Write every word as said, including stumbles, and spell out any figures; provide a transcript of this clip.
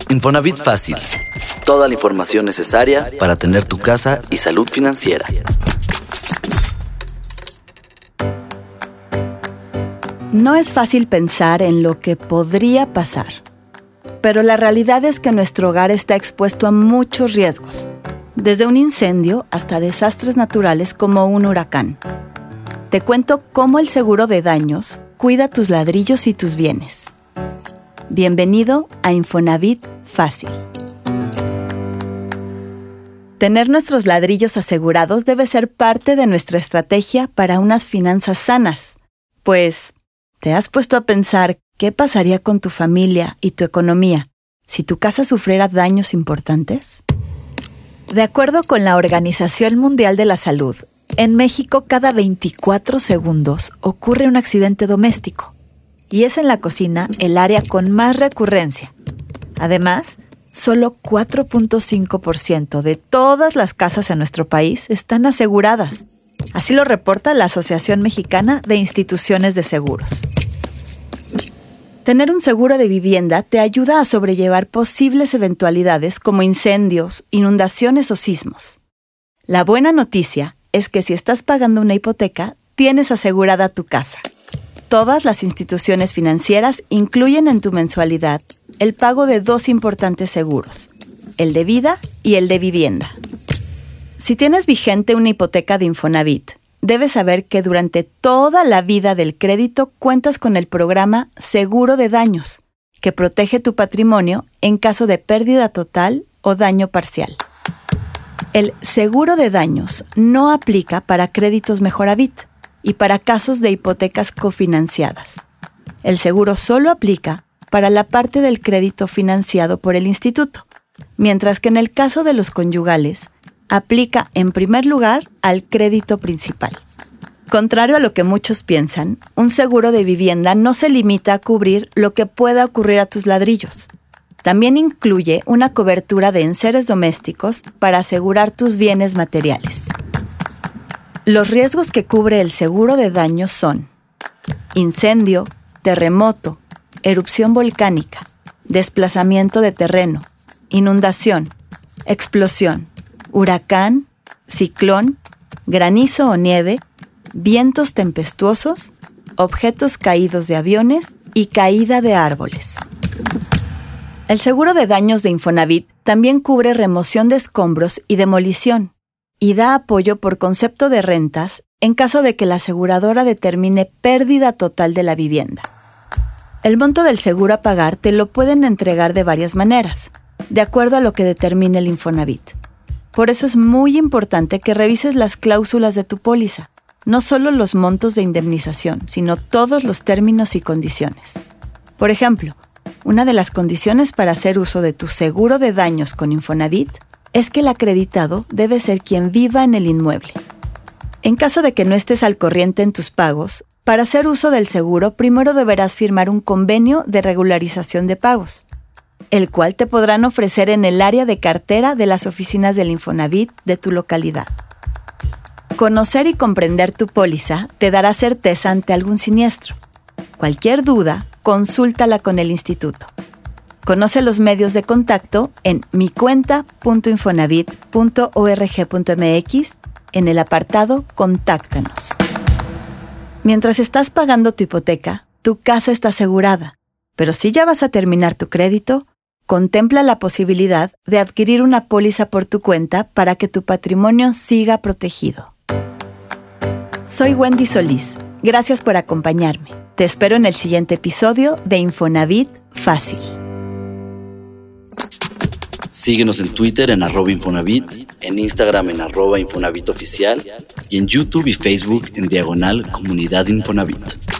Infonavit Fácil. Toda la información necesaria para tener tu casa y salud financiera. No es fácil pensar en lo que podría pasar, pero la realidad es que nuestro hogar está expuesto a muchos riesgos, desde un incendio hasta desastres naturales como un huracán. Te cuento cómo el seguro de daños cuida tus ladrillos y tus bienes. Bienvenido a Infonavit Fácil. Tener nuestros ladrillos asegurados debe ser parte de nuestra estrategia para unas finanzas sanas. Pues, ¿te has puesto a pensar qué pasaría con tu familia y tu economía si tu casa sufriera daños importantes? De acuerdo con la Organización Mundial de la Salud, en México cada veinticuatro segundos ocurre un accidente doméstico. Y es en la cocina el área con más recurrencia. Además, solo cuatro punto cinco por ciento de todas las casas en nuestro país están aseguradas. Así lo reporta la Asociación Mexicana de Instituciones de Seguros. Tener un seguro de vivienda te ayuda a sobrellevar posibles eventualidades como incendios, inundaciones o sismos. La buena noticia es que si estás pagando una hipoteca, tienes asegurada tu casa. Todas las instituciones financieras incluyen en tu mensualidad el pago de dos importantes seguros, el de vida y el de vivienda. Si tienes vigente una hipoteca de Infonavit, debes saber que durante toda la vida del crédito cuentas con el programa Seguro de Daños, que protege tu patrimonio en caso de pérdida total o daño parcial. El Seguro de Daños no aplica para créditos Mejoravit y para casos de hipotecas cofinanciadas. El seguro solo aplica para la parte del crédito financiado por el instituto, mientras que en el caso de los conyugales, aplica en primer lugar al crédito principal. Contrario a lo que muchos piensan, un seguro de vivienda no se limita a cubrir lo que pueda ocurrir a tus ladrillos. También incluye una cobertura de enseres domésticos para asegurar tus bienes materiales. Los riesgos que cubre el seguro de daños son incendio, terremoto, erupción volcánica, desplazamiento de terreno, inundación, explosión, huracán, ciclón, granizo o nieve, vientos tempestuosos, objetos caídos de aviones y caída de árboles. El seguro de daños de Infonavit también cubre remoción de escombros y demolición, y da apoyo por concepto de rentas en caso de que la aseguradora determine pérdida total de la vivienda. El monto del seguro a pagar te lo pueden entregar de varias maneras, de acuerdo a lo que determine el Infonavit. Por eso es muy importante que revises las cláusulas de tu póliza, no solo los montos de indemnización, sino todos los términos y condiciones. Por ejemplo, una de las condiciones para hacer uso de tu seguro de daños con Infonavit es que el acreditado debe ser quien viva en el inmueble. En caso de que no estés al corriente en tus pagos, para hacer uso del seguro primero deberás firmar un convenio de regularización de pagos, el cual te podrán ofrecer en el área de cartera de las oficinas del Infonavit de tu localidad. Conocer y comprender tu póliza te dará certeza ante algún siniestro. Cualquier duda, consúltala con el instituto. Conoce los medios de contacto en mi cuenta punto infonavit punto org punto mx en el apartado Contáctanos. Mientras estás pagando tu hipoteca, tu casa está asegurada, pero si ya vas a terminar tu crédito, contempla la posibilidad de adquirir una póliza por tu cuenta para que tu patrimonio siga protegido. Soy Wendy Solís. Gracias por acompañarme. Te espero en el siguiente episodio de Infonavit Fácil. Síguenos en Twitter en arroba Infonavit, en Instagram en arroba Infonavit Oficial y en YouTube y Facebook en diagonal Comunidad Infonavit.